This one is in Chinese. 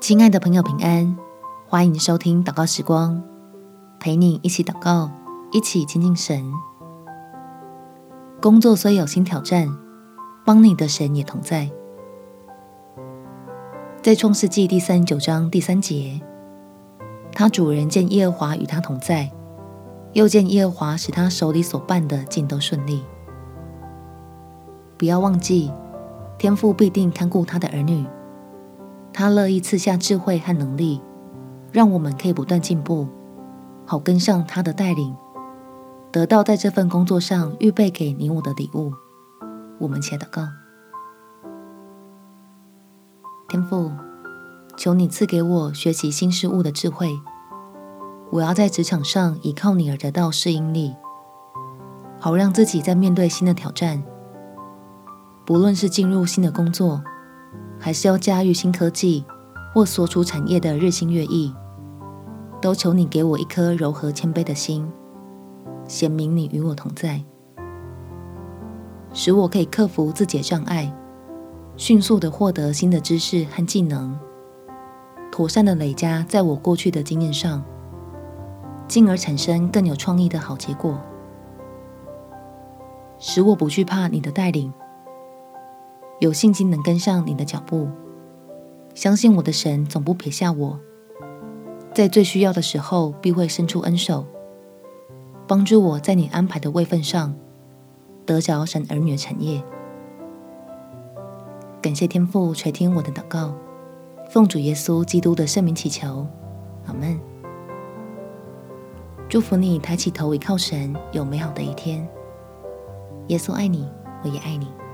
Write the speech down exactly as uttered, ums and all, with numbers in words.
亲爱的朋友平安，欢迎收听祷告时光，陪你一起祷告，一起亲近神。工作虽有新挑战，帮你的神也同在。在创世纪第三十九章第三节，他主人见耶和华与他同在，又见耶和华使他手里所办的尽都顺利。不要忘记，天父必定看顾他的儿女，他乐意赐下智慧和能力，让我们可以不断进步，好跟上他的带领，得到在这份工作上预备给你我的礼物。我们一起来祷告。天父，求你赐给我学习新事物的智慧，我要在职场上依靠你而得到适应力，好让自己在面对新的挑战，不论是进入新的工作，还是要驾驭新科技或所处产业的日新月异，都求你给我一颗柔和谦卑的心，显明你与我同在，使我可以克服自己的障碍，迅速地获得新的知识和技能，妥善地累加在我过去的经验上，进而产生更有创意的好结果，使我不惧怕你的带领，有信心能跟上你的脚步，相信我的神总不撇下我，在最需要的时候必会伸出恩手，帮助我在你安排的位分上得着神儿女的产业。感谢天父垂听我的祷告，奉主耶稣基督的圣名祈求，阿们。祝福你抬起头依靠神，有美好的一天。耶稣爱你，我也爱你。